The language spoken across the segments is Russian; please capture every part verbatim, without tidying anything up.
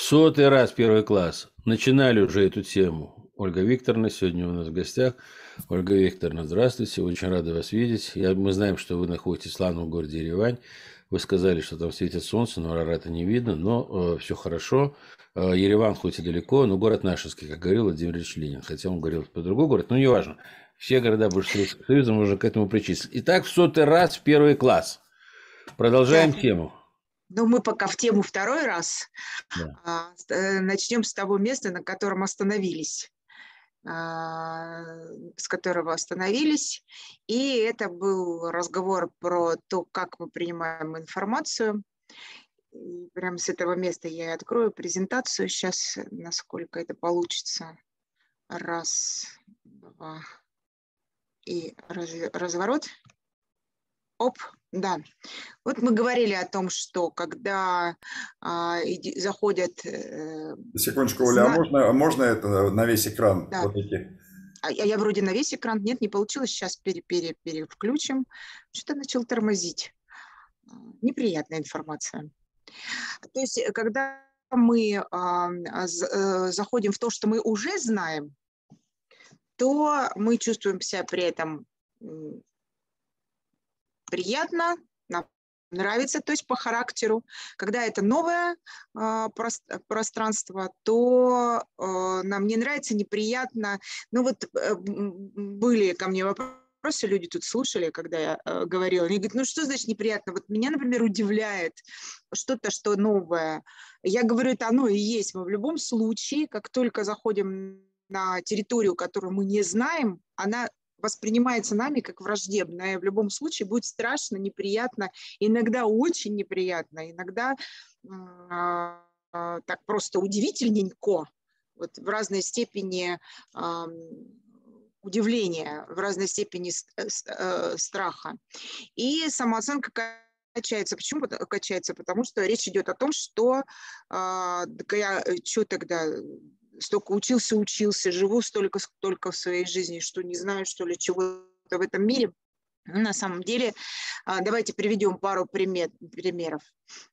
Сотый раз первый класс. Начинали уже эту тему. Ольга Викторовна сегодня у нас в гостях. Ольга Викторовна, здравствуйте. Очень рада вас видеть. Я, мы знаем, что вы находитесь в славном городе Еревань. Вы сказали, что там светит солнце, но Арарата не видно, но э, все хорошо. Э, Ереван хоть и далеко, но город нашинский, как говорил Владимир Ильич Ленин. Хотя он говорил про другой город, но неважно. Все города бывшего Советского Союза можно к этому причислить. Итак, в сотый раз в первый класс. Продолжаем Да. тему. Ну, мы пока в тему второй раз. Да. А, э, начнем с того места, на котором остановились. А, с которого остановились. И это был разговор про то, как мы принимаем информацию. И прямо с этого места я и открою презентацию сейчас, насколько это получится. Раз, два и раз, разворот. Оп, да. Вот мы говорили о том, что когда а, иди, заходят... Э, Секундочку, Оля, зна... а можно, можно это на весь экран? Да. Вот эти? А я, я вроде на весь экран. Нет, не получилось. Сейчас пере, пере, перевключим. Что-то начал тормозить. Неприятная информация. То есть, когда мы а, а, заходим в то, что мы уже знаем, то мы чувствуем себя при этом приятно, нам нравится, то есть по характеру. Когда это новое э, пространство, то э, нам не нравится, неприятно. Ну вот э, были ко мне вопросы, люди тут слушали, когда я э, говорила. Они говорят, ну что значит неприятно? Вот меня, например, удивляет что-то, что новое. Я говорю, это оно и есть. Мы в любом случае, как только заходим на территорию, которую мы не знаем, она воспринимается нами как враждебная. В любом случае будет страшно, неприятно, иногда очень неприятно, иногда э, э, так просто удивительненько, вот в разной степени э, удивления, в разной степени э, страха. И самооценка качается. Почему качается? Потому что речь идет о том, что э, я что тогда... столько учился, учился, живу столько, столько в своей жизни, что не знаю, что ли, чего-то в этом мире. На самом деле, давайте приведем пару пример, примеров.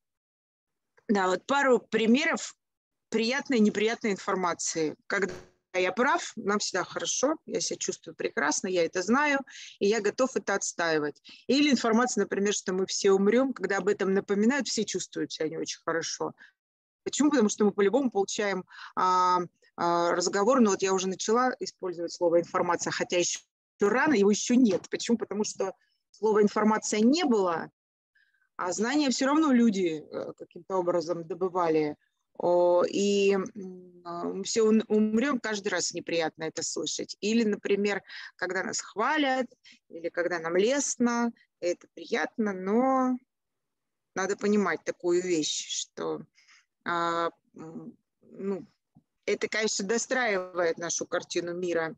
Да, вот пару примеров приятной и неприятной информации. Когда я прав, нам всегда хорошо, я себя чувствую прекрасно, я это знаю, и я готов это отстаивать. Или информация, например, что мы все умрем, когда об этом напоминают, все чувствуют себя не очень хорошо. Почему? Потому что мы по-любому получаем а, а, разговор, но вот я уже начала использовать слово «информация», хотя еще рано, его еще нет. Почему? Потому что слова «информация» не было, а знания все равно люди каким-то образом добывали. О, и мы все умрем, каждый раз неприятно это слышать. Или, например, когда нас хвалят, или когда нам лестно, это приятно, но надо понимать такую вещь, что... А, ну, это, конечно, достраивает нашу картину мира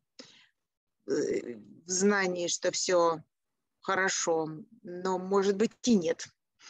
в знании, что все хорошо, но, может быть, и нет.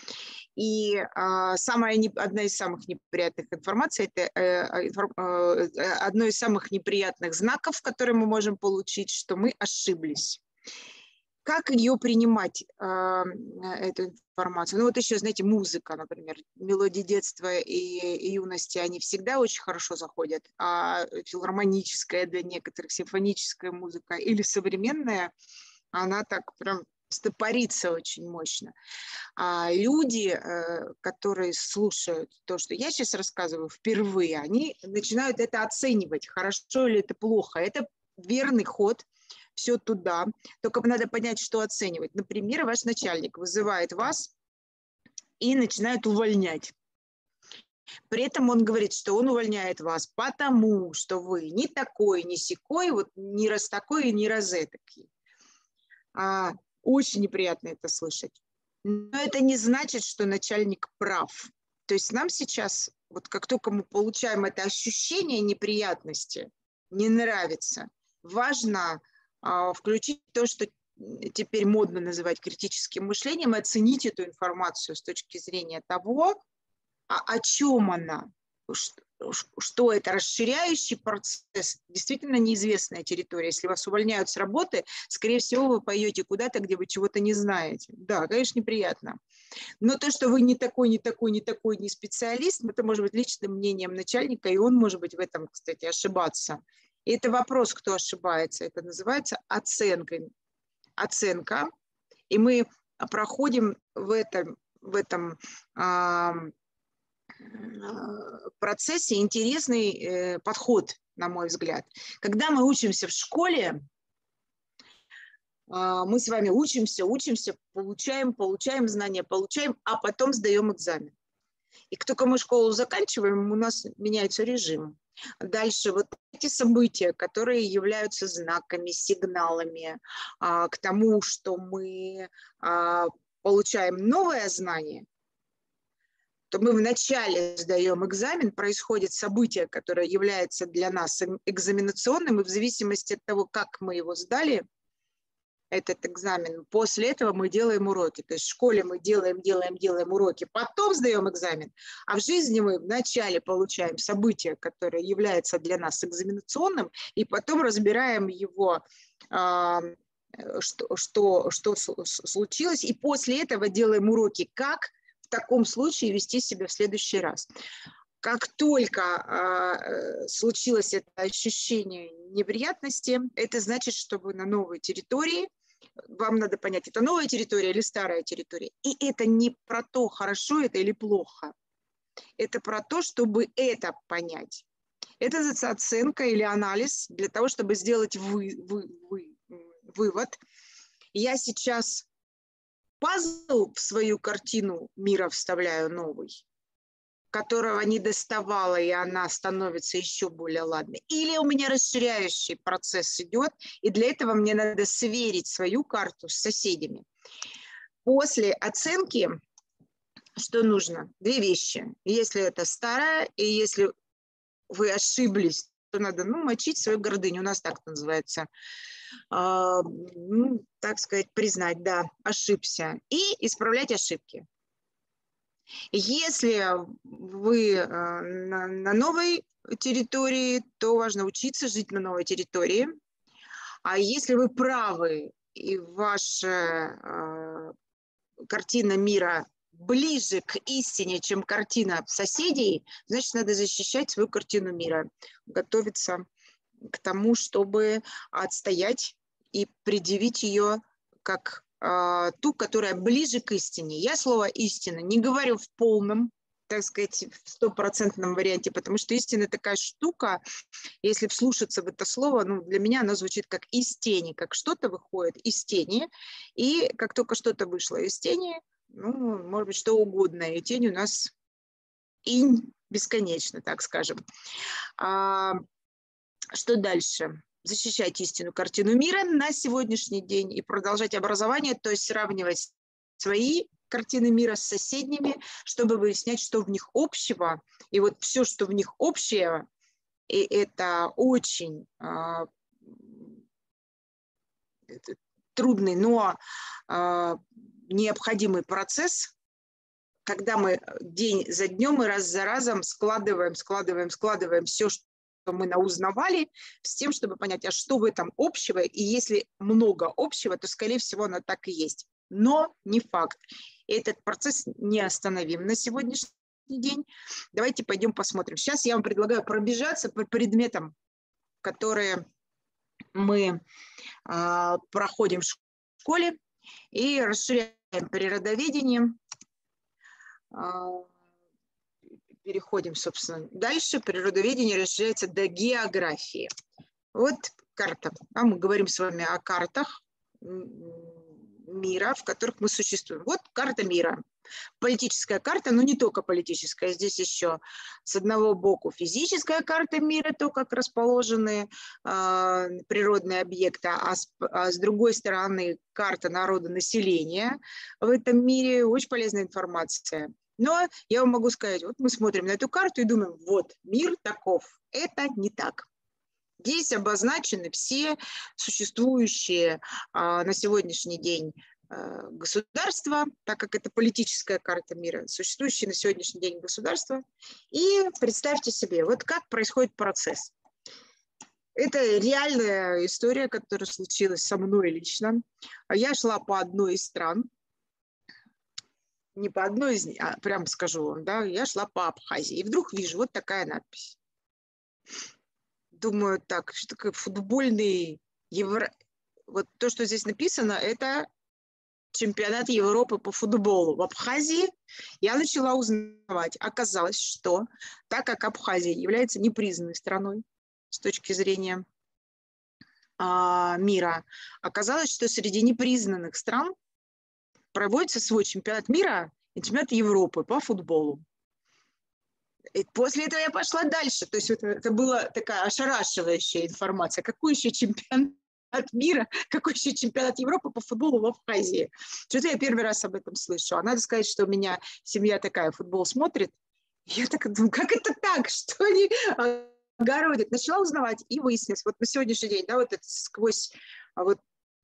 И а, самая, одна из самых неприятных информаций, это э, информ, э, одно из самых неприятных знаков, которые мы можем получить, что мы ошиблись. Как ее принимать, э, эту информацию? Ну вот еще, знаете, музыка, например, мелодии детства и, и юности, они всегда очень хорошо заходят, а филармоническая для некоторых, симфоническая музыка или современная, она так прям стопорится очень мощно. А люди, э, которые слушают то, что я сейчас рассказываю впервые, они начинают это оценивать, хорошо или это плохо. Это верный ход. Все туда, только надо понять, что оценивать. Например, ваш начальник вызывает вас и начинает увольнять. При этом он говорит, что он увольняет вас потому, что вы не такой, не сякой, вот не раз такой, не раз этакий. А, очень неприятно это слышать. Но это не значит, что начальник прав. То есть нам сейчас, вот как только мы получаем это ощущение неприятности, не нравится, важно включить то, что теперь модно называть критическим мышлением, и оценить эту информацию с точки зрения того, а о чем она, что это расширяющий процесс, действительно неизвестная территория. Если вас увольняют с работы, скорее всего, вы пойдете куда-то, где вы чего-то не знаете. Да, конечно, неприятно. Но то, что вы не такой, не такой, не такой, не специалист, это может быть личным мнением начальника, и он может быть в этом, кстати, ошибаться. И это вопрос, кто ошибается. Это называется оценкой. Оценка. И мы проходим в этом, в этом а, процессе интересный э, подход, на мой взгляд. Когда мы учимся в школе, а, мы с вами учимся, учимся, получаем, получаем знания, получаем, а потом сдаем экзамен. И как только мы школу заканчиваем, у нас меняется режим. Дальше вот эти события, которые являются знаками, сигналами а, к тому, что мы а, получаем новое знание, то мы вначале сдаем экзамен, происходит событие, которое является для нас экзаменационным, и в зависимости от того, как мы его сдали, этот экзамен, после этого мы делаем уроки. То есть в школе мы делаем, делаем, делаем уроки, потом сдаем экзамен, а в жизни мы вначале получаем событие, которое является для нас экзаменационным, и потом разбираем его, что, что, что случилось, и после этого делаем уроки, как в таком случае вести себя в следующий раз. Как только э, случилось это ощущение неприятности, это значит, что вы на новой территории. Вам надо понять, это новая территория или старая территория. И это не про то, хорошо это или плохо. Это про то, чтобы это понять. Это называется оценка или анализ для того, чтобы сделать вы, вы, вы, вывод. Я сейчас пазл в свою картину мира вставляю новый, которого не доставала, и она становится еще более ладной. Или у меня расширяющий процесс идет, и для этого мне надо сверить свою карту с соседями. После оценки что нужно? Две вещи. Если это старая, и если вы ошиблись, то надо ну, мочить свою гордыню. У нас так называется. А, ну, так сказать, признать, да, ошибся. И исправлять ошибки. Если вы э, на, на новой территории, то важно учиться жить на новой территории. А если вы правы, и ваша э, картина мира ближе к истине, чем картина соседей, значит, надо защищать свою картину мира, готовиться к тому, чтобы отстоять и предъявить ее как ту, которая ближе к истине. Я слово «истина» не говорю в полном, так сказать, в стопроцентном варианте, потому что истина такая штука, если вслушаться в это слово, ну, для меня оно звучит как из тени, как что-то выходит из тени, и как только что-то вышло из тени, ну, может быть, что угодно, и тень у нас инь бесконечно, так скажем. А, что дальше? Защищать истинную картину мира на сегодняшний день и продолжать образование, то есть сравнивать свои картины мира с соседними, чтобы выяснять, что в них общего. И вот все, что в них общее, и это очень э, это трудный, но э, необходимый процесс, когда мы день за днем и раз за разом складываем, складываем, складываем все, что мы наузнавали, с тем, чтобы понять, а что в этом общего, и если много общего, то, скорее всего, оно так и есть. Но не факт. Этот процесс неостановим на сегодняшний день. Давайте пойдем посмотрим. Сейчас я вам предлагаю пробежаться по предметам, которые мы э, проходим в школе, и расширяем природоведение. Э, Переходим, собственно, дальше. Природоведение расширяется до географии. Вот карта. А мы говорим с вами о картах мира, в которых мы существуем. Вот карта мира. Политическая карта, но не только политическая. Здесь еще с одного боку физическая карта мира, то, как расположены э, природные объекты, а с, а с другой стороны карта народонаселения в этом мире. Очень полезная информация. Но я вам могу сказать, вот мы смотрим на эту карту и думаем, вот, мир таков. Это не так. Здесь обозначены все существующие а, на сегодняшний день государства, так как это политическая карта мира, существующие на сегодняшний день государства. И представьте себе, вот как происходит процесс. Это реальная история, которая случилась со мной лично. Я шла по одной из стран, не по одной из них, а прямо скажу вам, да, я шла по Абхазии, и вдруг вижу вот такая надпись. Думаю, так, что такое футбольный евро... Вот то, что здесь написано, это чемпионат Европы по футболу в Абхазии. Я начала узнавать. Оказалось, что так как Абхазия является непризнанной страной с точки зрения а, мира, оказалось, что среди непризнанных стран проводится свой чемпионат мира и чемпионат Европы по футболу. И после этого я пошла дальше. То есть это, это была такая ошарашивающая информация. Какой еще чемпионат мира, какой еще чемпионат Европы по футболу в Абхазии? Что-то я первый раз об этом слышу. А надо сказать, что у меня семья такая, футбол смотрит. Я так думаю, как это так? Что они огородят? Начала узнавать и выяснилось. Вот на сегодняшний день, да, вот это сквозь вот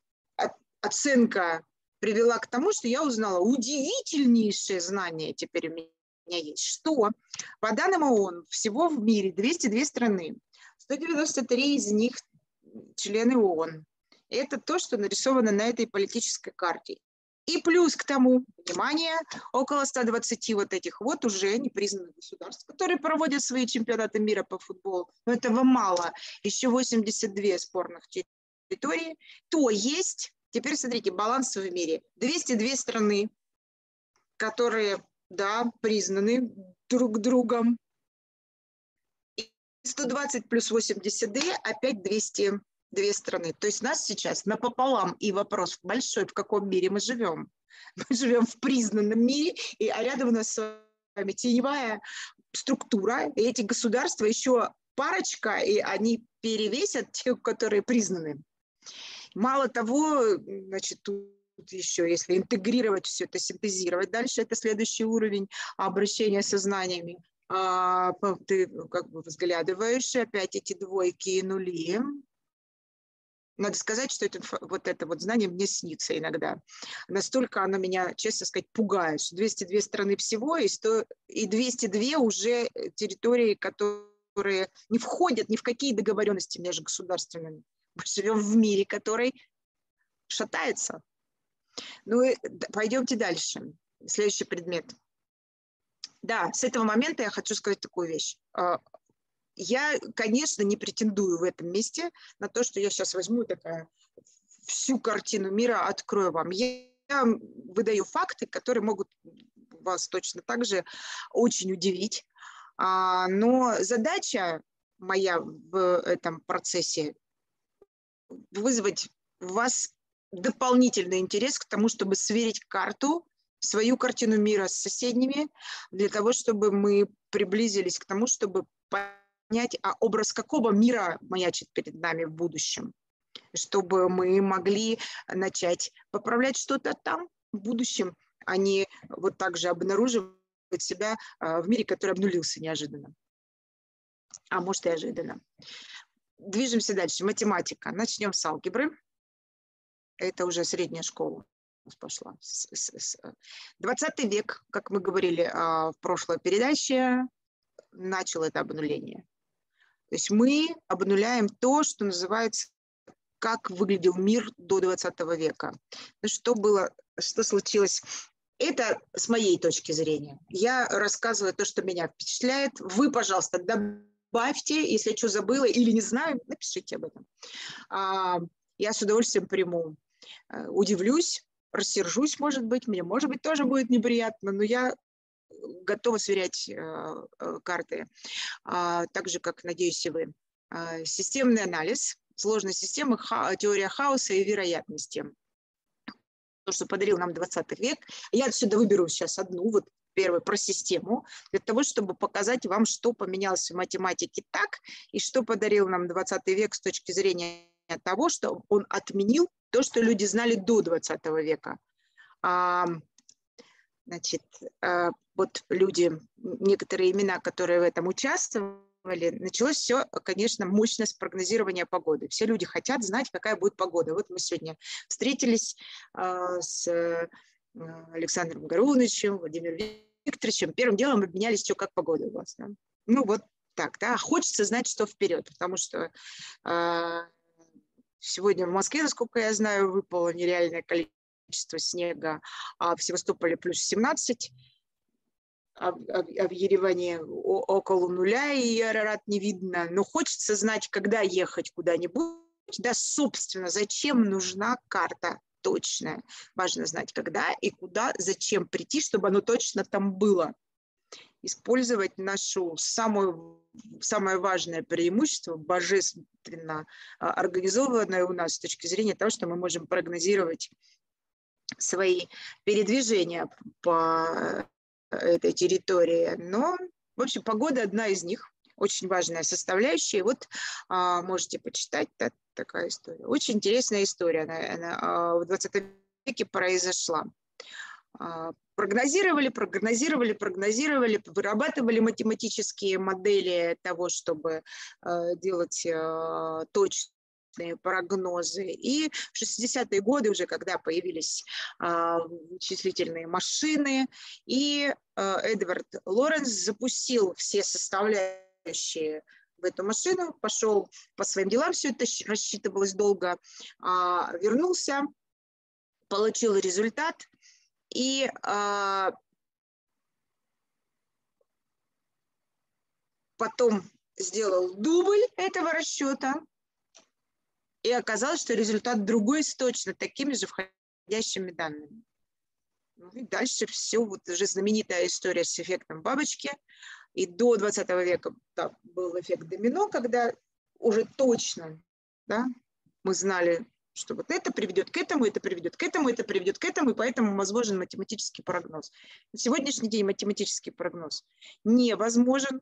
оценка привела к тому, что я узнала удивительнейшее знание теперь у меня есть, что по данным ООН всего в мире двести две страны, сто девяносто три из них члены ООН. Это то, что нарисовано на этой политической карте. И плюс к тому, внимание, около ста двадцати вот этих вот уже непризнанных государств, которые проводят свои чемпионаты мира по футболу. Но этого мало. Еще восемьдесят две спорных территории. То есть, теперь смотрите, баланс в мире. двести две страны, которые, да, признаны друг другом. И сто двадцать плюс восемьдесят две, опять двести две страны. То есть нас сейчас напополам, и вопрос большой, в каком мире мы живем. Мы живем в признанном мире, и, а рядом у нас с вами теневая структура, и эти государства еще парочка, и они перевесят тех, которые признаны. Мало того, значит, тут еще, если интегрировать все это, синтезировать дальше, это следующий уровень обращения со знаниями. А, ты как бы взглядываешь, опять эти двойки и нули. Надо сказать, что это, вот это вот знание мне снится иногда. Настолько оно меня, честно сказать, пугает. двести две страны всего, и, сто, и двести две уже территории, которые не входят ни в какие договоренности межгосударственными. Мы живем в мире, который шатается. Ну и пойдемте дальше. Следующий предмет. Да, с этого момента я хочу сказать такую вещь. Я, конечно, не претендую в этом месте на то, что я сейчас возьму такая всю картину мира, открою вам. Я выдаю факты, которые могут вас точно так же очень удивить. Но задача моя в этом процессе вызвать в вас дополнительный интерес к тому, чтобы сверить карту, свою картину мира с соседними, для того, чтобы мы приблизились к тому, чтобы понять, а образ какого мира маячит перед нами в будущем, чтобы мы могли начать поправлять что-то там в будущем, а не вот так же обнаруживать себя в мире, который обнулился неожиданно. А может и ожиданно. Движемся дальше. Математика. Начнем с алгебры. Это уже средняя школа пошла. двадцатый век, как мы говорили в прошлой передаче, начал это обнуление. То есть мы обнуляем то, что называется, как выглядел мир до двадцатого века. Что было, что случилось? Это с моей точки зрения. Я рассказываю то, что меня впечатляет. Вы, пожалуйста, добавьте, если я что забыла или не знаю, напишите об этом. Я с удовольствием приму. Удивлюсь, рассержусь, может быть, мне, может быть, тоже будет неприятно, но я готова сверять карты, так же, как, надеюсь, и вы. Системный анализ, сложность системы, теория хаоса и вероятности. То, что подарил нам двадцатый век. Я отсюда выберу сейчас одну, вот первую, про систему, для того, чтобы показать вам, что поменялось в математике так, и что подарил нам двадцатый век с точки зрения того, что он отменил то, что люди знали до двадцатого века. А, значит, а, вот люди, некоторые имена, которые в этом участвовали, Началось все, конечно, мощное прогнозирование погоды. Все люди хотят знать, какая будет погода. Вот мы сегодня встретились э, с э, Александром Гаруновичем, Владимиром Викторовичем. Первым делом обменялись, что как погода у вас. Да? Ну вот так, да. Хочется знать, что вперед, потому что э, сегодня в Москве, насколько я знаю, выпало нереальное количество снега, а в Севастополе плюс семнадцать. А в, а в Ереване около нуля, и Арарат не видно. Но хочется знать, когда ехать куда-нибудь. Да, собственно, зачем нужна карта точная. Важно знать, когда и куда, зачем прийти, чтобы оно точно там было. Использовать нашу самую, самое важное преимущество, божественно организованное у нас с точки зрения того, что мы можем прогнозировать свои передвижения по этой территории, но, в общем, погода одна из них, очень важная составляющая. Вот а, можете почитать, да, такая история. Очень интересная история, она, она а, в двадцатом веке произошла. А, прогнозировали, прогнозировали, прогнозировали, вырабатывали математические модели того, чтобы а, делать а, точно прогнозы. И в шестидесятые годы уже, когда появились а, вычислительные машины, и а, Эдвард Лоренс запустил все составляющие в эту машину, пошел по своим делам, все это рассчитывалось долго, а, вернулся, получил результат и а, потом сделал дубль этого расчета. И оказалось, что результат другой с точно такими же входящими данными. Ну и дальше все, вот уже знаменитая история с эффектом бабочки. И до двадцатого века да, был эффект домино, когда уже точно, да, мы знали, что вот это приведет к этому, это приведет к этому, это приведет к этому, и поэтому возможен математический прогноз. На сегодняшний день математический прогноз невозможен.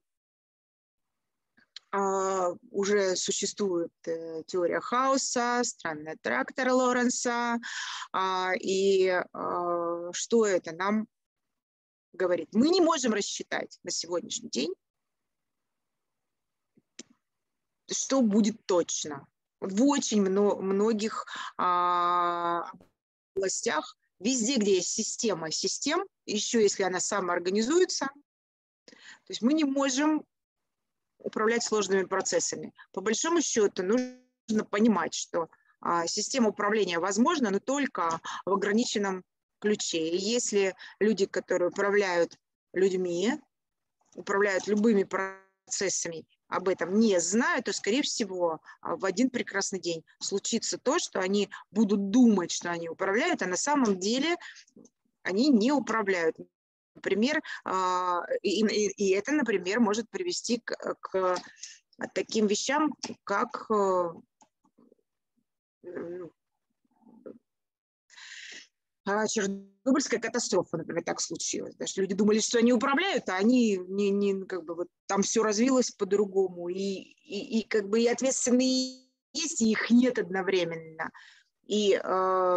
Uh, уже существует uh, теория хаоса, странный трактор Лоренса, uh, и uh, что это нам говорит? Мы не можем рассчитать на сегодняшний день, что будет точно. В очень мно- многих uh, областях, везде, где есть система систем, еще если она самоорганизуется, то есть мы не можем управлять сложными процессами. По большому счету нужно понимать, что а, система управления возможна, но только в ограниченном ключе. И если люди, которые управляют людьми, управляют любыми процессами, об этом не знают, то, скорее всего, в один прекрасный день случится то, что они будут думать, что они управляют, а на самом деле они не управляют. Например, и, и это, например, может привести к, к таким вещам, как Чернобыльская катастрофа, например, так случилось. Да, что люди думали, что они управляют, а они не, не как бы вот там все развилось по-другому, и, и, и как бы и ответственные есть, и их нет одновременно. И э,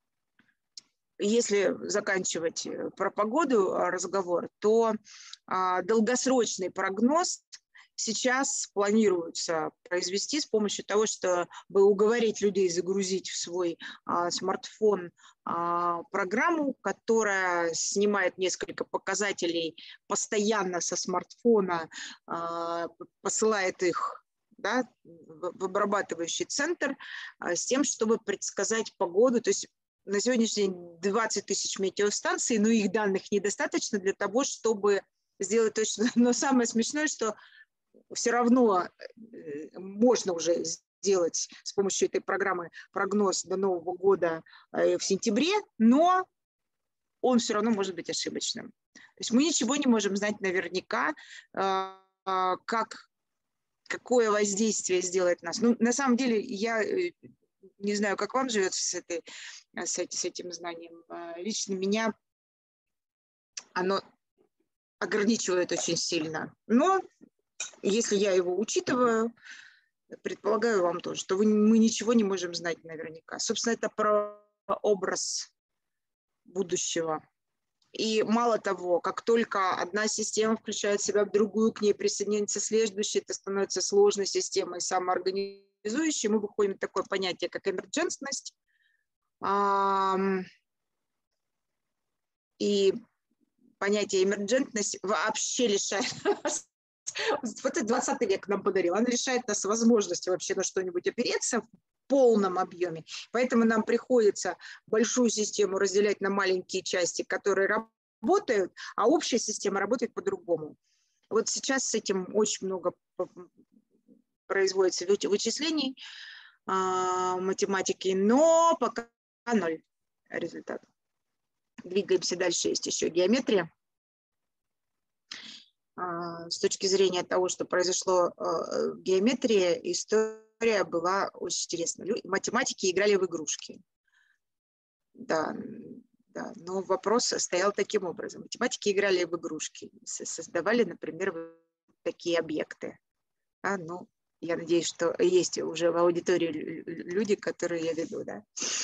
если заканчивать про погоду разговор, то а, долгосрочный прогноз сейчас планируется произвести с помощью того, чтобы уговорить людей загрузить в свой а, смартфон а, программу, которая снимает несколько показателей постоянно со смартфона, а, посылает их, да, в обрабатывающий центр а, с тем, чтобы предсказать погоду. То есть на сегодняшний день двадцать тысяч метеостанций, но их данных недостаточно для того, чтобы сделать точно. Но самое смешное, что все равно можно уже сделать с помощью этой программы прогноз до Нового года в сентябре, но он все равно может быть ошибочным. То есть мы ничего не можем знать наверняка, как, какое воздействие сделает нас. Ну, на самом деле, я не знаю, как вам живется с, этой, с, с этим знанием. Лично меня оно ограничивает очень сильно. Но если я его учитываю, предполагаю вам тоже, что вы, мы ничего не можем знать наверняка. Собственно, это про образ будущего. И мало того, как только одна система включает в себя в другую, к ней присоединяется следующая, это становится сложной системой, самоорганизующей, мы выходим в такое понятие, как эмерджентность. И понятие эмерджентность вообще лишает нас, вот это двадцатый век нам подарил, он лишает нас возможности вообще на что-нибудь опереться в полном объеме. Поэтому нам приходится большую систему разделять на маленькие части, которые работают, а общая система работает по-другому. Вот сейчас с этим очень много производится вычислений, математики, но пока ноль результат. Двигаемся дальше, есть еще геометрия. С точки зрения того, что произошло в геометрии, история была очень интересная. Математики играли в игрушки. Да, да, но вопрос стоял таким образом. Математики играли в игрушки, создавали, например, такие объекты. А, ну, я надеюсь, что есть уже в аудитории люди, которые я веду, да.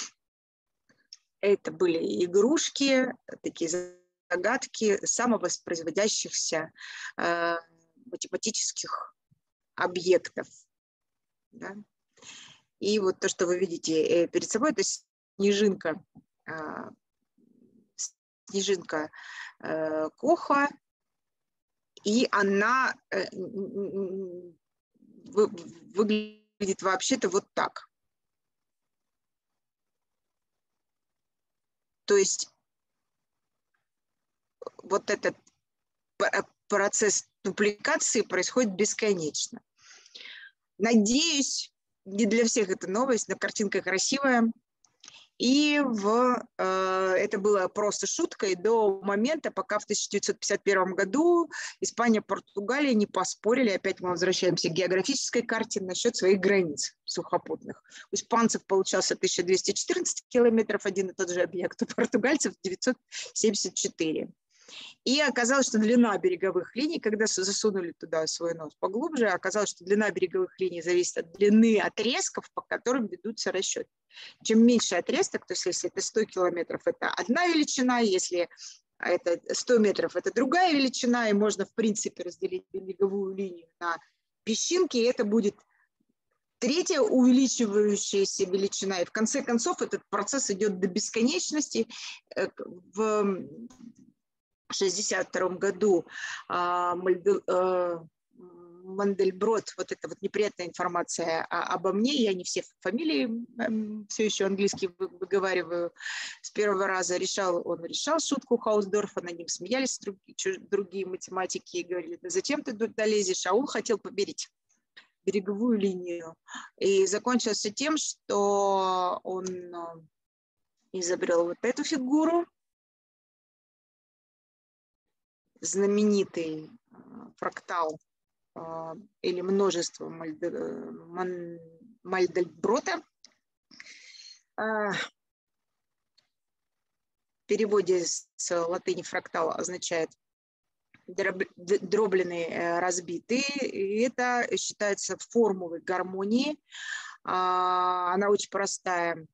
Это были игрушки, такие загадки самовоспроизводящихся э, математических объектов. Да? И вот то, что вы видите перед собой, это снежинка, э, снежинка э, Коха, и она э, вы, выглядит вообще-то вот так. То есть вот этот процесс дупликации происходит бесконечно. Надеюсь, не для всех это новость, но картинка красивая. И в, э, это было просто шуткой до момента, пока в тысяча девятьсот пятьдесят первом году Испания и Португалия не поспорили, опять мы возвращаемся к географической карте, насчет своих границ сухопутных. У испанцев получался тысяча двести четырнадцать километров, один и тот же объект, у португальцев девятьсот семьдесят четыре. И оказалось, что длина береговых линий, когда засунули туда свой нос поглубже, оказалось, что длина береговых линий зависит от длины отрезков, по которым ведутся расчеты. Чем меньше отрезок, то есть если это сто километров, это одна величина, если это сто метров, это другая величина, и можно, в принципе, разделить береговую линию на песчинки, и это будет третья увеличивающаяся величина. И в конце концов этот процесс идет до бесконечности. В шестьдесят втором году Мандельброт, вот эта вот неприятная информация обо мне, я не все фамилии все еще английский выговариваю, с первого раза решал, он решал шутку Хаусдорфа, над ним смеялись другие, другие математики и говорили, да зачем ты тут долезешь, а он хотел померить береговую линию. И закончился тем, что он изобрел вот эту фигуру, знаменитый фрактал или множество Мандельброта. В переводе с латыни фрактал означает дробленый, разбитый. И это считается формулой гармонии. Она очень простая.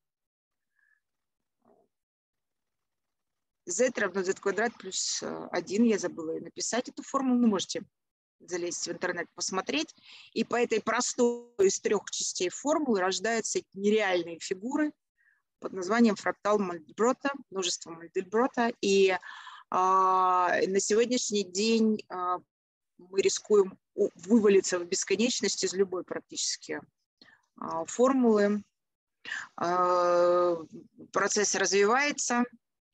Z равно z квадрат плюс один. Я забыла написать эту формулу. Ну, можете залезть в интернет, посмотреть. И по этой простой из трех частей формулы рождаются эти нереальные фигуры под названием фрактал Мандельброта, множество Мандельброта. И а, на сегодняшний день а, мы рискуем вывалиться в бесконечность из любой практически а, формулы. А, процесс развивается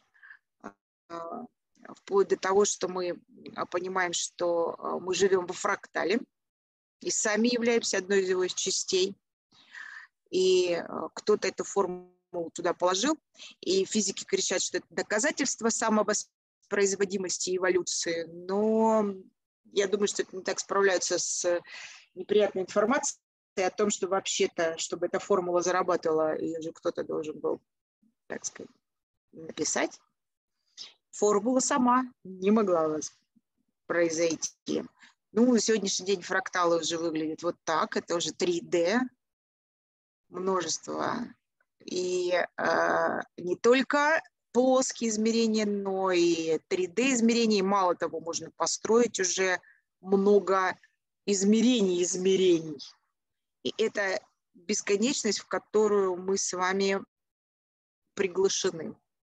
вплоть до того, что мы понимаем, что мы живем во фрактале и сами являемся одной из его частей. И кто-то эту формулу туда положил, и физики кричат, что это доказательство самовоспроизводимости эволюции, но я думаю, что это не так справляются с неприятной информацией о том, что вообще-то, чтобы эта формула зарабатывала, ее же кто-то должен был, так сказать, написать. Формула сама не могла произойти. Ну, на сегодняшний день фракталы уже выглядят вот так. Это уже три дэ множество. И э, не только плоские измерения, но и три дэ измерения. И мало того, можно построить уже много измерений измерений. И это бесконечность, в которую мы с вами приглашены.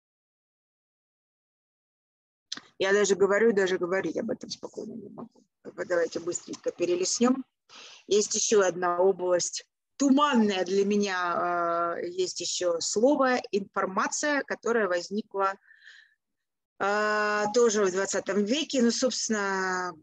Я даже говорю, даже говорить об этом спокойно не могу. Давайте быстренько перелистнем. Есть еще одна область, туманная для меня, есть еще слово информация, которое возникло тоже в двадцатом веке. Ну, собственно,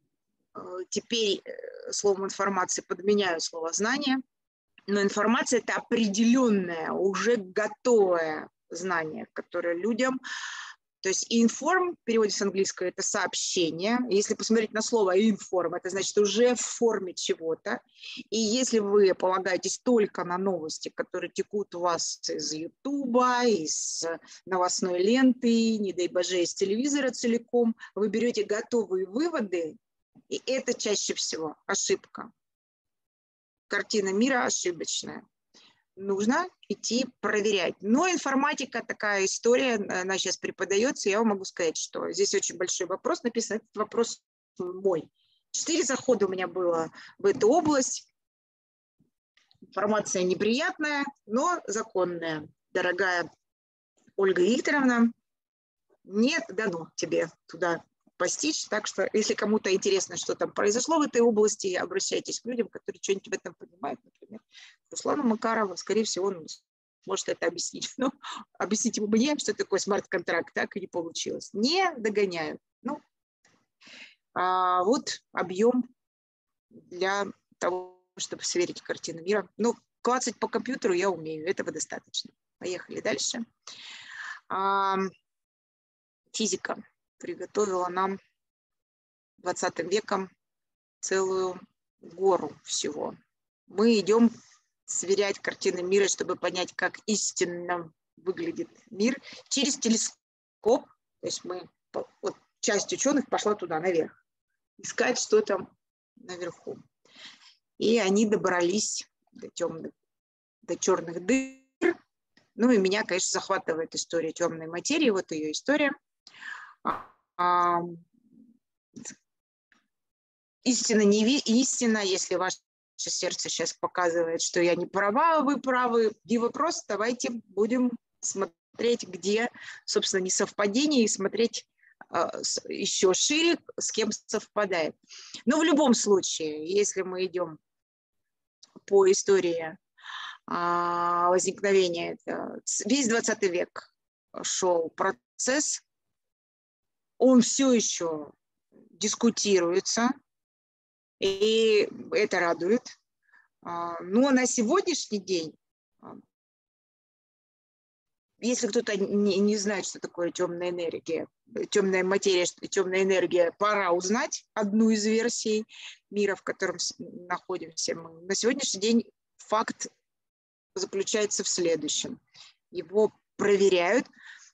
теперь словом информации подменяю слово знание. Но информация – это определенное, уже готовое знание, которое людям… То есть inform, в переводе с английского, это сообщение. Если посмотреть на слово inform, это значит уже в форме чего-то. И если вы полагаетесь только на новости, которые текут у вас из Ютуба, из новостной ленты, не дай боже, из телевизора целиком, вы берете готовые выводы, и это чаще всего ошибка. Картина мира ошибочная. Нужно идти проверять. Но информатика такая история, она сейчас преподается, я вам могу сказать, что здесь очень большой вопрос написан, этот вопрос мой. Четыре захода у меня было в эту область. Информация неприятная, но законная. Дорогая Ольга Викторовна, не дано тебе туда постичь, так что если кому-то интересно, что там произошло в этой области, обращайтесь к людям, которые что-нибудь в этом понимают, например, Руслану Макарову, скорее всего, он может это объяснить. Но объяснить ему мне, что такое смарт-контракт, так и не получилось. Не догоняют. Ну, а вот объем для того, чтобы сверить картину мира. Ну, клацать по компьютеру я умею, этого достаточно. Поехали дальше. А, физика приготовила нам двадцатым веком целую гору всего. Мы идем сверять картины мира, чтобы понять, как истинно выглядит мир через телескоп. То есть мы, вот часть ученых пошла туда, наверх, искать, что там наверху. И они добрались до темных, до черных дыр. Ну и меня, конечно, захватывает история темной материи, вот ее история. А, истина, не ви... истина, если ваше сердце сейчас показывает, что я не права, а вы правы, не вопрос, давайте будем смотреть, где, собственно, несовпадение, и смотреть а, с, еще шире, с кем совпадает. Но в любом случае, если мы идем по истории а, возникновения, это, весь двадцатый век шел процесс, он все еще дискутируется, и это радует. Но на сегодняшний день, если кто-то не, не знает, что такое темная энергия, темная материя, темная энергия, пора узнать одну из версий мира, в котором находимся мы. На сегодняшний день факт заключается в следующем. Его проверяют.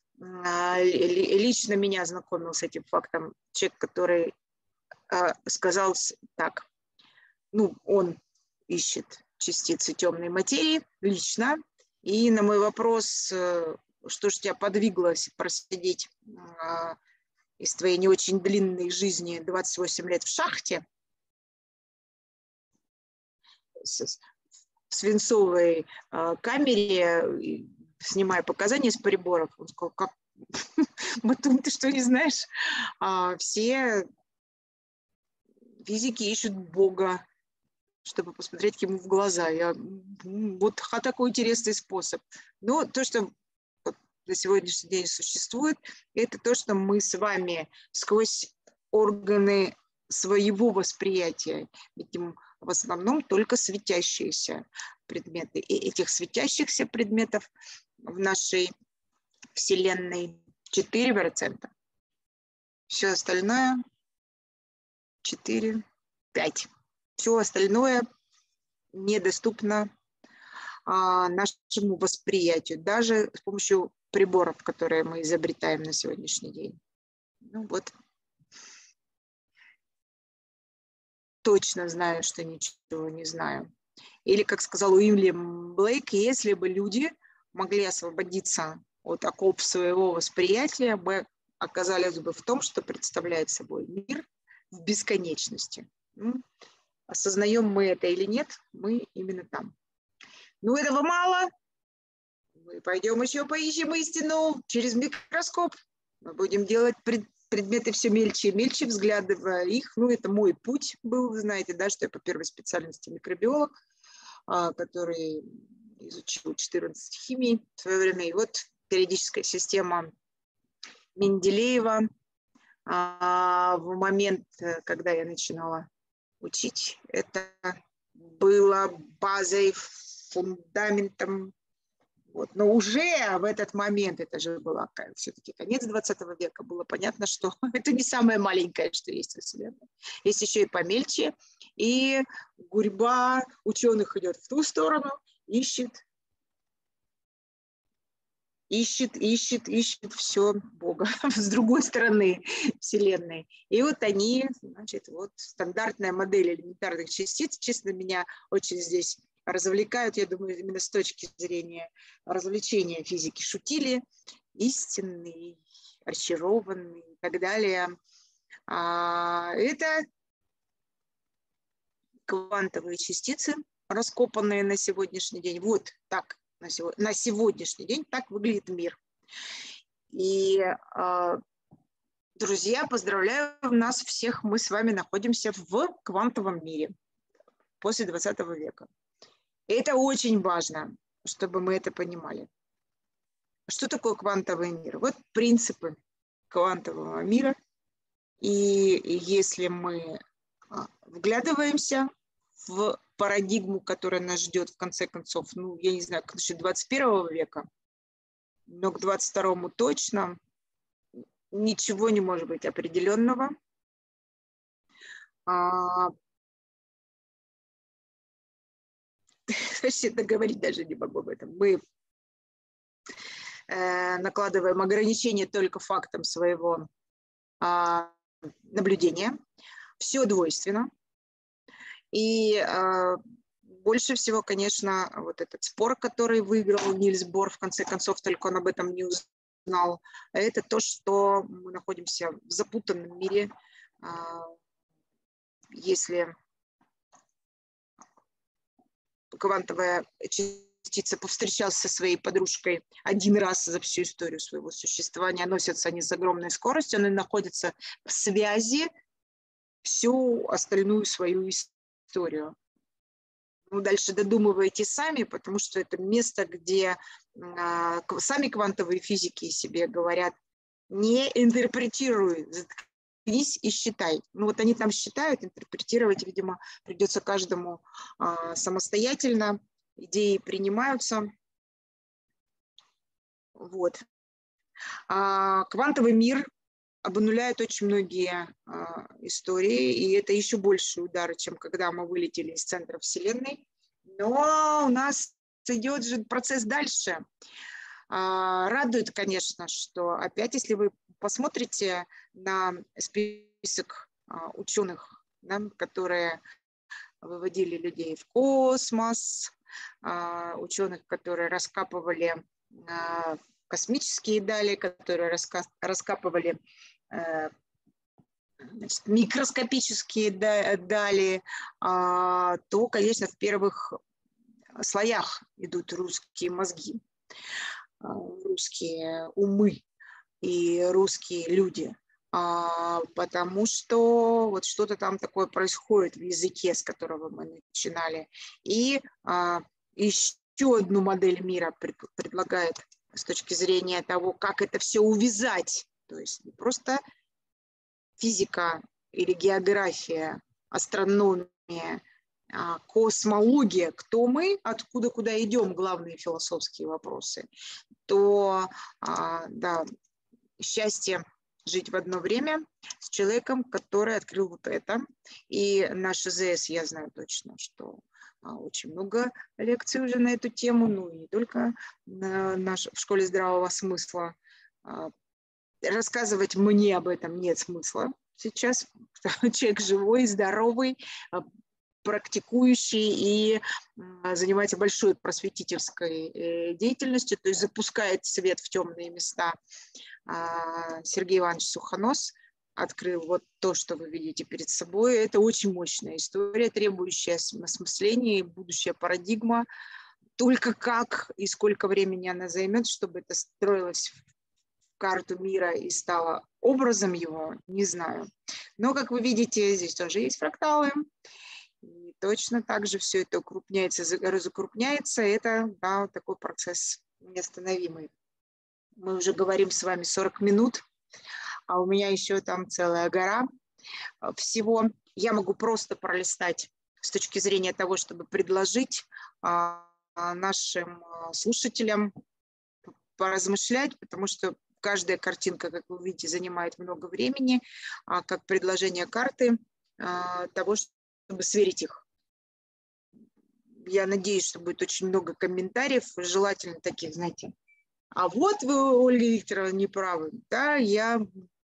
Лично меня знакомил с этим фактом человек, который э, сказал так, ну, он ищет частицы темной материи лично, и на мой вопрос, э, что же тебя подвигло просидеть э, из твоей не очень длинной жизни двадцать восемь лет в шахте, с, в свинцовой э, камере, снимая показания с приборов, он сказал, как, Батун, ты что, не знаешь? А, все физики ищут Бога, чтобы посмотреть ему в глаза. Я, вот такой интересный способ. Но то, что вот на сегодняшний день существует, это то, что мы с вами сквозь органы своего восприятия видим в основном только светящиеся предметы. И этих светящихся предметов в нашей Вселенной четыре процента. Все остальное четыре-пять. Все остальное недоступно а, нашему восприятию, даже с помощью приборов, которые мы изобретаем на сегодняшний день. Ну вот. Точно знаю, что ничего не знаю. Или, как сказал Уильям Блейк, если бы люди могли освободиться от окоп своего восприятия, мы оказались бы в том, что представляет собой мир в бесконечности. Ну, осознаем мы это или нет, мы именно там. Ну, этого мало. Мы пойдем еще поищем истину через микроскоп. Мы будем делать пред, предметы все мельче и мельче, взглядывая их. Ну, это мой путь был, вы знаете, да, что я по первой специальности микробиолог, который изучил четырнадцать химий в свое время. И вот периодическая система Менделеева в момент, когда я начинала учить, это было базой, фундаментом. Вот. Но уже в этот момент, это же было все-таки конец двадцатого века, было понятно, что это не самое маленькое, что есть во Вселенной. Есть еще и помельче. И гурьба ученых идет в ту сторону, ищет, ищет, ищет, ищет все Бога с другой стороны Вселенной. И вот они, значит, вот стандартная модель элементарных частиц, честно, меня очень здесь развлекают, я думаю, именно с точки зрения развлечения физики. Шутили, истинный, очарованный и так далее. А, это квантовые частицы, раскопанные на сегодняшний день. Вот так на, сего, на сегодняшний день так выглядит мир. И, а, друзья, поздравляю нас всех, мы с вами находимся в квантовом мире после двадцатого века. И это очень важно, чтобы мы это понимали. Что такое квантовый мир? Вот принципы квантового мира. И если мы вглядываемся в парадигму, которая нас ждет в конце концов, ну, я не знаю, к двадцать первого века, но к двадцать второму точно ничего не может быть определенного. Вообще договорить даже не могу об этом. Мы э, накладываем ограничения только фактам своего э, наблюдения. Все двойственно. И э, больше всего, конечно, вот этот спор, который выиграл Нильс Бор, в конце концов, только он об этом не узнал, это то, что мы находимся в запутанном мире. Э, если квантовая частица повстречалась со своей подружкой один раз за всю историю своего существования, носятся они с огромной скоростью, они находятся в связи всю остальную свою историю. Ну, дальше додумывайте сами, потому что это место, где а, сами квантовые физики себе говорят: не интерпретируй, заткнись и считай. Ну вот они там считают, интерпретировать, видимо, придется каждому а, самостоятельно. Идеи принимаются. Вот. А, квантовый мир обнуляет очень многие а, истории, и это еще большие удары, чем когда мы вылетели из центра Вселенной. Но у нас идет же процесс дальше. А, радует, конечно, что опять, если вы посмотрите на список а, ученых, да, которые выводили людей в космос, а, ученых, которые раскапывали а, космические дали, которые раска раскапывали а, значит, микроскопические дали, а, то, конечно, в первых слоях идут русские мозги, русские умы и русские люди, а, потому что вот что-то там такое происходит в языке, с которого мы начинали. И а, еще одну модель мира пред, предлагает с точки зрения того, как это все увязать. То есть не просто физика или география, астрономия, а, космология, кто мы, откуда, куда идем, главные философские вопросы, то а, да, счастье жить в одно время с человеком, который открыл вот это. И наш ИЗС, я знаю точно, что а, очень много лекций уже на эту тему, ну и не только на наш, в школе здравого смысла. А, рассказывать мне об этом нет смысла сейчас. Человек живой, здоровый, практикующий и занимается большой просветительской деятельностью, то есть запускает свет в темные места. Сергей Иванович Сухонос открыл вот то, что вы видите перед собой. Это очень мощная история, требующая осмысления, будущая парадигма. Только как и сколько времени она займет, чтобы это строилось в карту мира и стало образом его, не знаю. Но, как вы видите, здесь тоже есть фракталы. И точно так же все это укрупняется, разукрупняется. Это, да, вот такой процесс неостановимый. Мы уже говорим с вами сорок минут, а у меня еще там целая гора всего. Я могу просто пролистать с точки зрения того, чтобы предложить нашим слушателям поразмышлять, потому что каждая картинка, как вы видите, занимает много времени, как предложение карты того, чтобы сверить их. Я надеюсь, что будет очень много комментариев, желательно таких, знаете, а вот вы, Ольга Викторовна, не правы. Да, я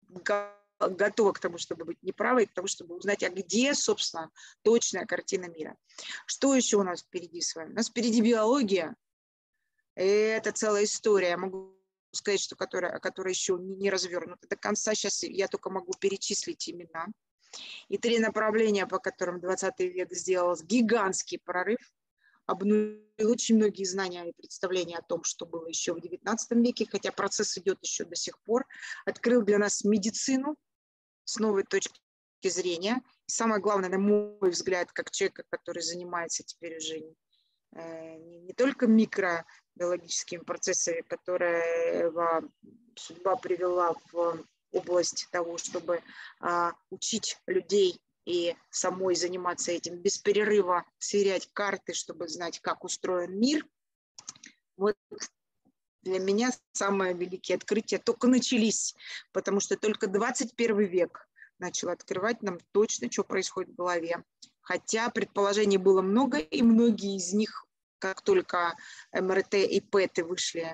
готова к тому, чтобы быть неправой, к тому, чтобы узнать, а где, собственно, точная картина мира. Что еще у нас впереди с вами? У нас впереди биология. Это целая история. Я могу сказать, что которая, которая еще не, не развернута до конца. Сейчас я только могу перечислить имена. И три направления, по которым двадцатый век сделал гигантский прорыв, обнулил очень многие знания и представления о том, что было еще в девятнадцатом веке, хотя процесс идет еще до сих пор, открыл для нас медицину с новой точки зрения. И самое главное, на мой взгляд, как человека, который занимается теперь уже не, не только микробиологическими процессами, которые судьба привела в область того, чтобы а, учить людей и самой заниматься этим без перерыва, сверять карты, чтобы знать, как устроен мир. Вот для меня самые великие открытия только начались, потому что только двадцать первый век начал открывать нам точно, что происходит в голове. Хотя предположений было много, и многие из них, как только эм эр тэ и пэты вышли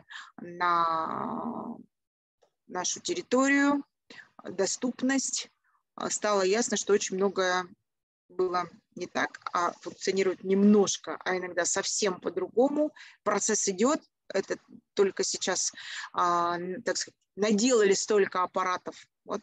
на нашу территорию, доступность, стало ясно, что очень многое было не так, а функционирует немножко, а иногда совсем по-другому. Процесс идет, это только сейчас, а, так сказать, наделали столько аппаратов, вот,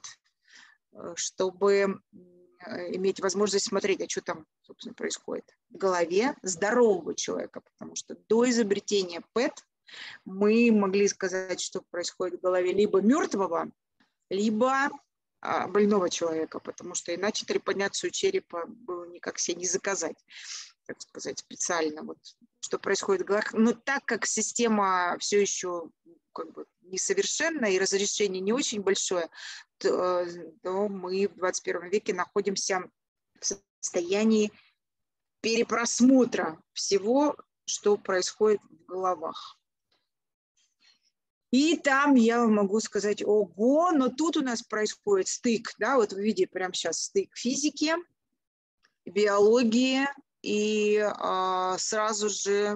чтобы иметь возможность смотреть, а что там, собственно, происходит в голове здорового человека, потому что до изобретения пэт мы могли сказать, что происходит в голове либо мертвого, либо больного человека, потому что иначе трепанацию черепа было никак себе не заказать, так сказать, специально. Вот, что происходит в головах. Но так как система все еще как бы несовершенна и разрешение не очень большое, то, то мы в двадцать первом веке находимся в состоянии перепросмотра всего, что происходит в головах. И там я могу сказать, ого, но тут у нас происходит стык, да, вот вы видите прямо сейчас стык физики, биологии, и а, сразу же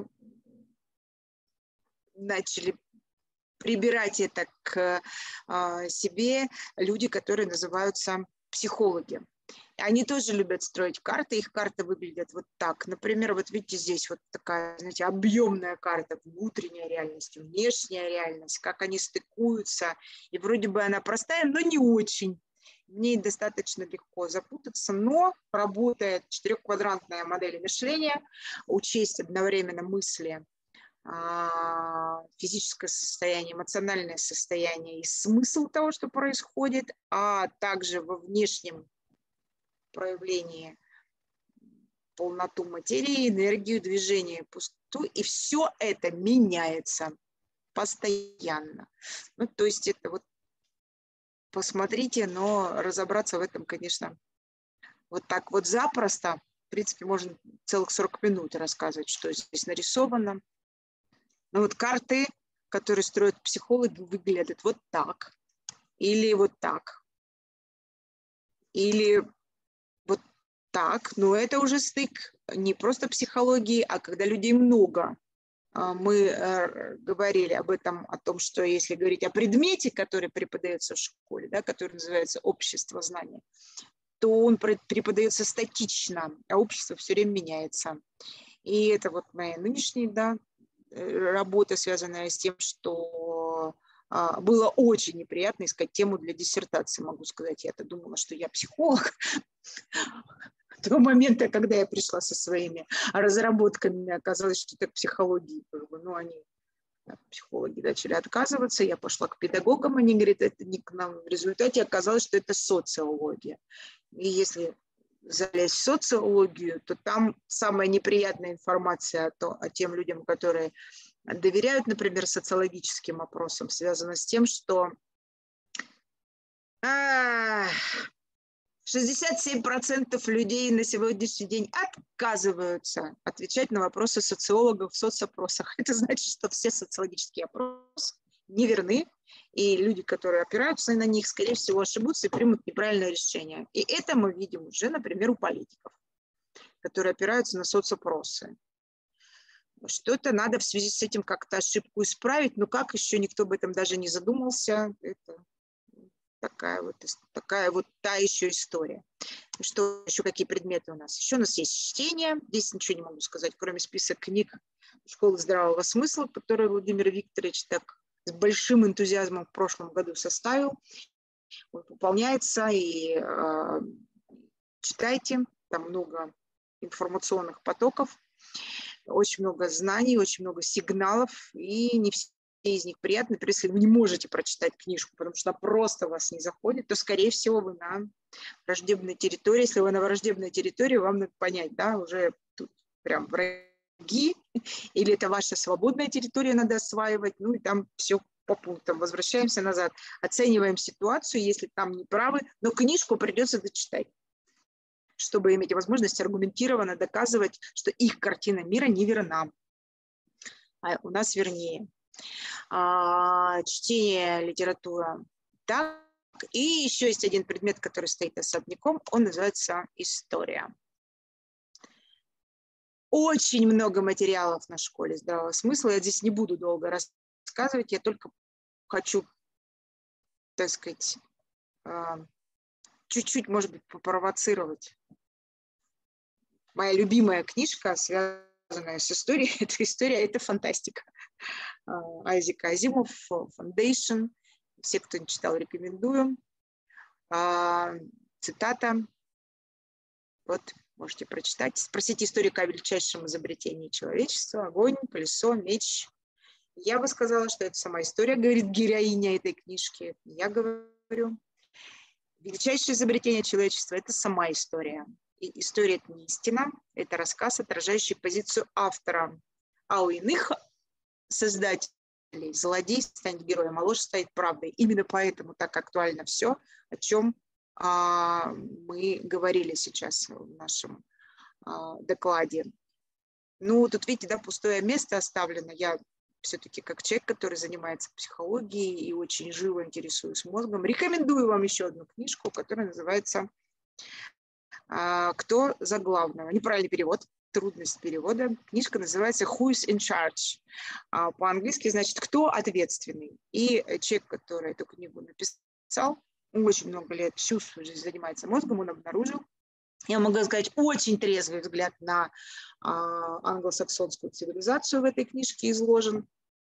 начали прибирать это к а, себе люди, которые называются психологи. Они тоже любят строить карты, их карты выглядят вот так. Например, вот видите, здесь вот такая, знаете, объемная карта, внутренняя реальность, внешняя реальность, как они стыкуются. И вроде бы она простая, но не очень. В ней достаточно легко запутаться, но работает четырехквадрантная модель мышления, учесть одновременно мысли, физическое состояние, эмоциональное состояние и смысл того, что происходит, а также во внешнем проявлении полноту материи, энергию, движение, пустоту, и все это меняется постоянно. Ну, то есть это вот посмотрите, но разобраться в этом, конечно, вот так вот запросто, в принципе, можно целых сорок минут рассказывать, что здесь нарисовано. Но вот карты, которые строят психологи, выглядят вот так, или вот так, или вот так, но это уже стык не просто психологии, а когда людей много. Мы говорили об этом, о том, что если говорить о предмете, который преподается в школе, да, который называется общество знания, то он преподается статично, а общество все время меняется. И это вот моя нынешняя, да, работа, связанная с тем, что а, было очень неприятно искать тему для диссертации, могу сказать. Я-то думала, что я психолог. До того момента, когда я пришла со своими разработками, оказалось, что это к психологии. Ну, они, психологи, начали отказываться. Я пошла к педагогам, они говорят, это не к нам. В результате оказалось, что это социология. И если залезть в социологию, то там самая неприятная информация о, то, о тем людям, которые доверяют, например, социологическим опросам, связана с тем, что шестьдесят семь процентов людей на сегодняшний день отказываются отвечать на вопросы социологов в соцопросах. Это значит, что все социологические опросы неверны, и люди, которые опираются на них, скорее всего, ошибутся и примут неправильное решение. И это мы видим уже, например, у политиков, которые опираются на соцопросы. Что-то надо в связи с этим как-то ошибку исправить, но как еще никто об этом даже не задумался. Это такая вот, такая вот та еще история. Что еще, какие предметы у нас? Еще у нас есть чтение. Здесь ничего не могу сказать, кроме списка книг «Школы здравого смысла», который Владимир Викторович так с большим энтузиазмом в прошлом году составил. Он пополняется, и э, читайте, там много информационных потоков, очень много знаний, очень много сигналов, и не все из них приятны. Например, если вы не можете прочитать книжку, потому что она просто вас не заходит, то, скорее всего, вы на враждебной территории. Если вы на враждебной территории, вам надо понять, да, уже тут прям враги, или это ваша свободная территория, надо осваивать, ну и там все по пунктам. Возвращаемся назад, оцениваем ситуацию, если там не правы, но книжку придется дочитать, чтобы иметь возможность аргументированно доказывать, что их картина мира не верна, а у нас вернее. А, чтение, литература. Так. И еще есть один предмет, который стоит особняком, он называется история. Очень много материалов на школе здравого смысла. Я здесь не буду долго рассказывать, я только хочу, так сказать, чуть-чуть, может быть, попровоцировать. Моя любимая книжка, связанная с историей, это история, это фантастика. Айзек Азимов, Foundation. Все, кто не читал, рекомендую. Цитата. Вот, можете прочитать. Спросите историка о величайшем изобретении человечества. Огонь, колесо, меч. Я бы сказала, что это сама история, говорит героиня этой книжки. Я говорю. Величайшее изобретение человечества – это сама история. И история – это не истина, это рассказ, отражающий позицию автора. А у иных создателей злодей станет героем, а ложь станет правдой. Именно поэтому так актуально все, о чем а, мы говорили сейчас в нашем а, докладе. Ну, тут, видите, да, пустое место оставлено. Я все-таки как человек, который занимается психологией и очень живо интересуюсь мозгом, рекомендую вам еще одну книжку, которая называется «Кто за главного?». Неправильный перевод, трудность перевода. Книжка называется «Who is in charge?». По-английски значит «Кто ответственный?». И человек, который эту книгу написал, очень много лет, всю свою жизнь занимается мозгом, он обнаружил, я могу сказать, очень трезвый взгляд на а, англосаксонскую цивилизацию в этой книжке изложен.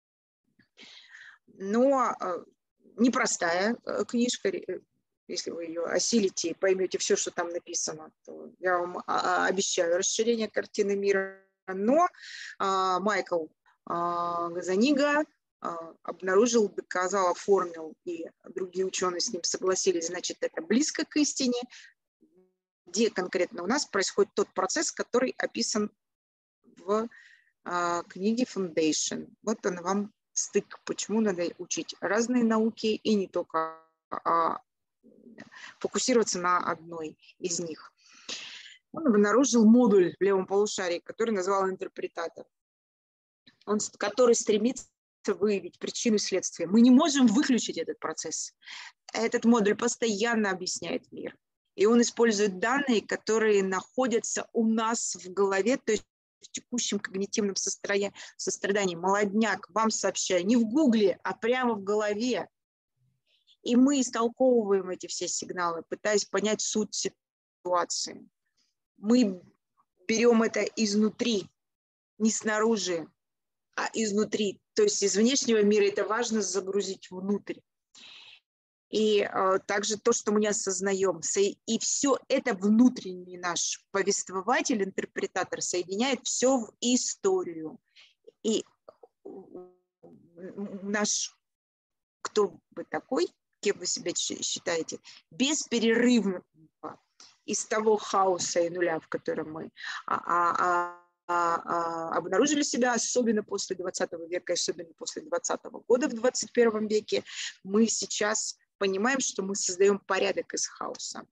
Но а, непростая а, книжка. Если вы ее осилите и поймете все, что там написано, то я вам а, обещаю расширение картины мира. Но а, Майкл а, Газанига а, обнаружил, доказал, оформил, и другие ученые с ним согласились, значит, это близко к истине, где конкретно у нас происходит тот процесс, который описан в а, книге Foundation. Вот он вам стык, почему надо учить разные науки и не только а, фокусироваться на одной из них. Он обнаружил модуль в левом полушарии, который назвал интерпретатор, он, который стремится выявить причину и следствие. Мы не можем выключить этот процесс. Этот модуль постоянно объясняет мир. И он использует данные, которые находятся у нас в голове, то есть в текущем когнитивном сострадании. Молодняк, вам сообщаю, не в Гугле, а прямо в голове. И мы истолковываем эти все сигналы, пытаясь понять суть ситуации. Мы берем это изнутри, не снаружи, а изнутри. То есть из внешнего мира это важно загрузить внутрь. И э, также то, что мы не осознаем. И все это внутренний наш повествователь, интерпретатор соединяет все в историю. И наш, кто вы такой, кем вы себя считаете, бесперерывно из того хаоса и нуля, в котором мы а, а, а, а, обнаружили себя, особенно после двадцатого века, особенно после двадцатого года в двадцать первом веке, мы сейчас понимаем, что мы создаем порядок из хаоса.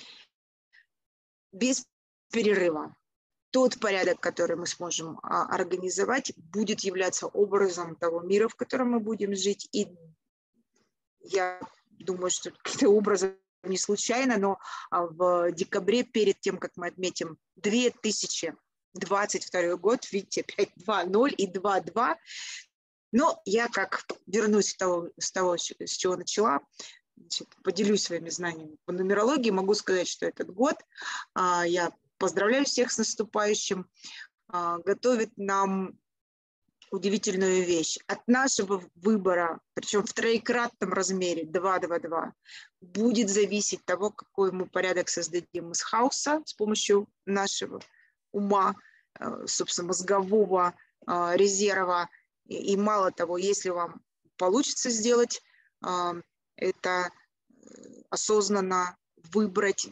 Без перерыва. Тот порядок, который мы сможем а, организовать, будет являться образом того мира, в котором мы будем жить. И я думаю, что это образом не случайно, но в декабре, перед тем, как мы отметим две тысячи двадцать второй год, видите, опять два ноль и два два. Но я как вернусь с того, с того, с чего начала, значит, поделюсь своими знаниями по нумерологии, могу сказать, что этот год, а, я поздравляю всех с наступающим, а, готовит нам удивительную вещь. От нашего выбора, причем в троекратном размере, два два два, будет зависеть того, какой мы порядок создадим из хаоса с помощью нашего ума, собственно, мозгового резерва. И мало того, если вам получится сделать это осознанно, выбрать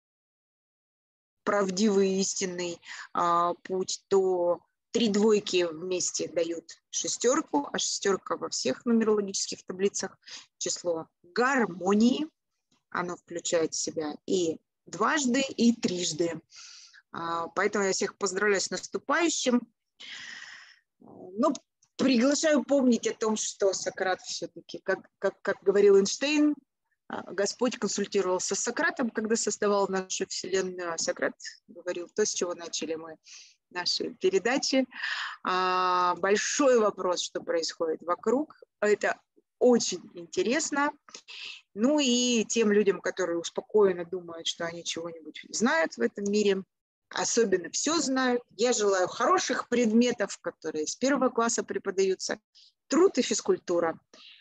правдивый истинный путь, то три двойки вместе дают шестерку, а шестерка во всех нумерологических таблицах число гармонии. Оно включает в себя и дважды, и трижды. Поэтому я всех поздравляю с наступающим. Ну, приглашаю помнить о том, что Сократ все-таки, как, как, как говорил Эйнштейн, Господь консультировался с Сократом, когда создавал нашу Вселенную, а Сократ говорил то, с чего начали мы нашей передачи. Большой вопрос, что происходит вокруг. Это очень интересно. Ну и тем людям, которые успокоенно думают, что они чего-нибудь знают в этом мире, особенно все знают, я желаю хороших предметов, которые с первого класса преподаются. Труд и физкультура.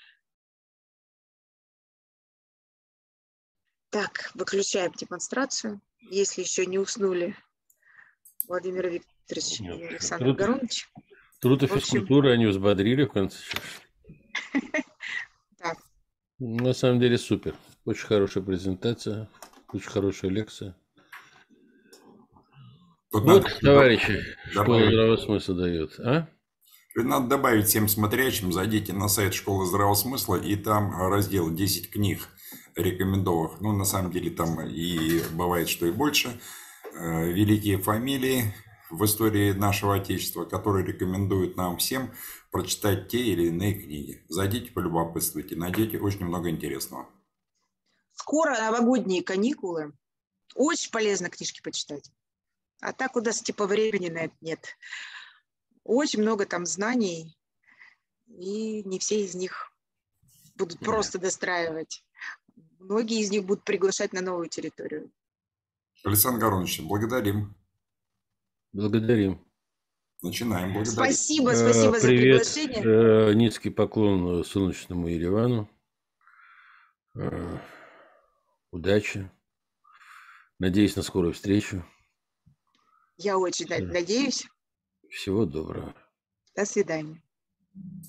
Так, выключаем демонстрацию. Если еще не уснули Владимир Викторович и Александр Труд, Гарунович. Труд и физкультура они взбодрили в конце. Да. На самом деле супер. Очень хорошая презентация, очень хорошая лекция. Тут вот, надо товарищи, школа добавить, здравого смысла дает. А? Надо добавить всем смотрящим, зайдите на сайт Школы здравого смысла, и там раздел десять книг рекомендованных. Ну, на самом деле, там и бывает, что и больше. Великие фамилии в истории нашего Отечества, которые рекомендуют нам всем прочитать те или иные книги. Зайдите, полюбопытствуйте, найдете очень много интересного. Скоро новогодние каникулы. Очень полезно книжки почитать. А так у нас типа времени на это нет. Очень много там знаний, и не все из них будут просто достраивать. Многие из них будут приглашать на новую территорию. Александр Гарунович, благодарим. Благодарим. Начинаем. Благодарим. Спасибо, спасибо за приглашение. Привет, низкий поклон солнечному Еревану. Удачи. Надеюсь на скорую встречу. Я очень надеюсь. Всего доброго. До свидания.